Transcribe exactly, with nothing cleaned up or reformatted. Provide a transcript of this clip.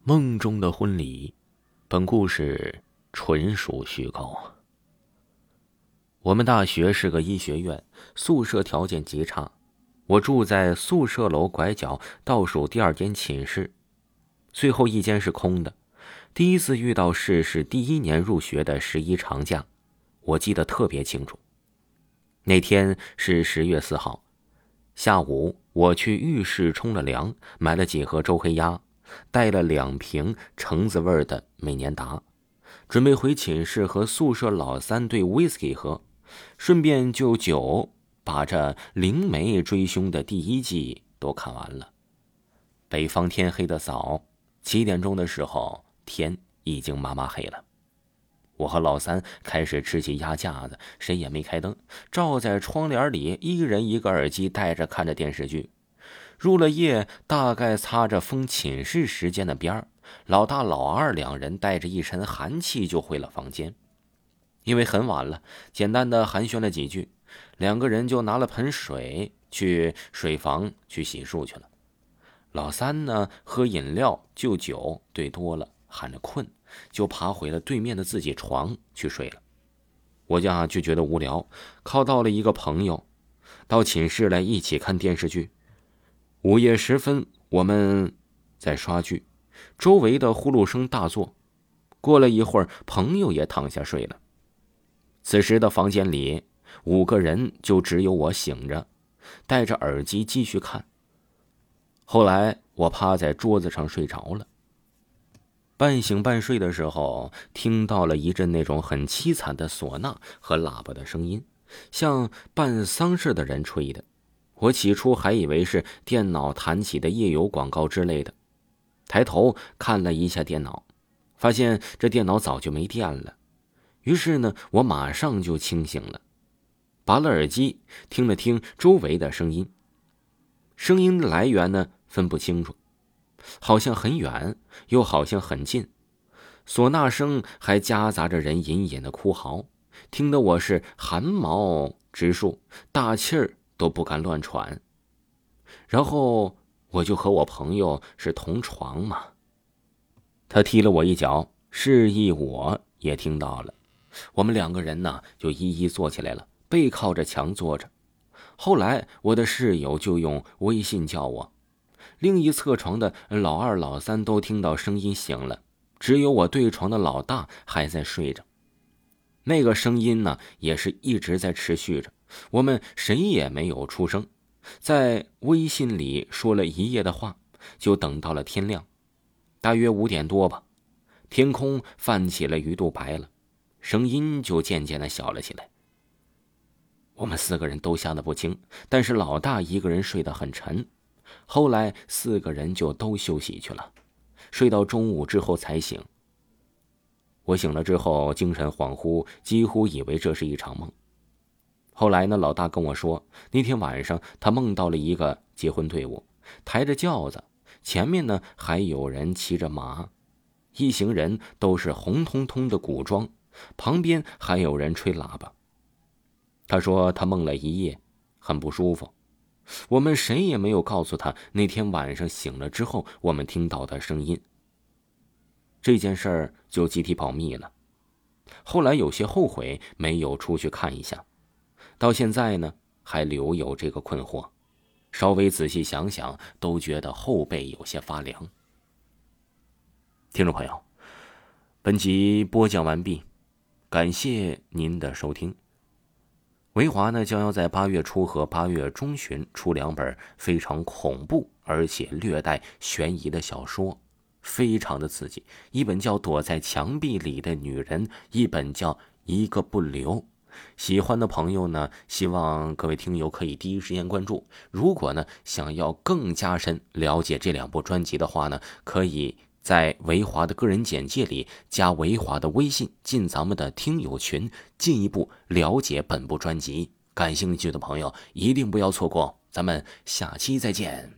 梦中的婚礼，本故事纯属虚构。我们大学是个医学院，宿舍条件极差，我住在宿舍楼拐角倒数第二间寝室，最后一间是空的。第一次遇到事是第一年入学的十一长假，我记得特别清楚。那天是十月四号，下午我去浴室冲了凉，买了几盒周黑鸭，带了两瓶橙子味的美年达，准备回寝室和宿舍老三对 whisky 喝，顺便就酒把这灵媒追凶的第一季都看完了。北方天黑的早，七点钟的时候天已经麻麻黑了。我和老三开始吃起鸭架子，谁也没开灯，照在窗帘里，一人一个耳机戴着看着电视剧。入了夜，大概擦着封寝室时间的边儿，老大老二两人带着一身寒气就回了房间。因为很晚了，简单的寒暄了几句，两个人就拿了盆水去水房去洗漱去了。老三呢，喝饮料就酒兑多了，喊着困，就爬回了对面的自己床去睡了。我家就觉得无聊，靠到了一个朋友，到寝室来一起看电视剧。午夜时分，我们在刷剧，周围的呼噜声大作。过了一会儿，朋友也躺下睡了。此时的房间里五个人就只有我醒着，戴着耳机继续看。后来我趴在桌子上睡着了，半醒半睡的时候，听到了一阵那种很凄惨的唢呐和喇叭的声音，像办丧事的人吹的。我起初还以为是电脑弹起的夜游广告之类的，抬头看了一下电脑，发现这电脑早就没电了。于是呢，我马上就清醒了，拔了耳机，听了听周围的声音。声音的来源呢，分不清楚，好像很远，又好像很近。唢呐声还夹杂着人隐隐的哭嚎，听得我是汗毛直竖，大气儿都不敢乱喘。然后我就和我朋友是同床嘛，他踢了我一脚，示意我也听到了。我们两个人呢，就一一坐起来了，背靠着墙坐着。后来我的室友就用微信叫我，另一侧床的老二老三都听到声音醒了，只有我对床的老大还在睡着。那个声音呢，也是一直在持续着，我们谁也没有出声，在微信里说了一夜的话，就等到了天亮。大约五点多吧，天空泛起了鱼肚白了，声音就渐渐的小了起来。我们四个人都吓得不轻，但是老大一个人睡得很沉。后来四个人就都休息去了，睡到中午之后才醒。我醒了之后精神恍惚，几乎以为这是一场梦。后来呢，老大跟我说，那天晚上他梦到了一个结婚队伍，抬着轿子，前面呢还有人骑着马，一行人都是红彤彤的古装，旁边还有人吹喇叭。他说他梦了一夜，很不舒服。我们谁也没有告诉他那天晚上醒了之后我们听到的声音。这件事儿就集体保密了。后来有些后悔没有出去看一下，到现在呢还留有这个困惑，稍微仔细想想都觉得后背有些发凉。听众朋友，本集播讲完毕，感谢您的收听。维华呢将要在八月初和八月中旬出两本非常恐怖而且略带悬疑的小说，非常的刺激。一本叫《躲在墙壁里的女人》，一本叫《一个不留》。喜欢的朋友呢，希望各位听友可以第一时间关注。如果呢想要更加深了解这两部专辑的话呢，可以在维华的个人简介里加维华的微信，进咱们的听友群，进一步了解本部专辑。感兴趣的朋友一定不要错过，咱们下期再见。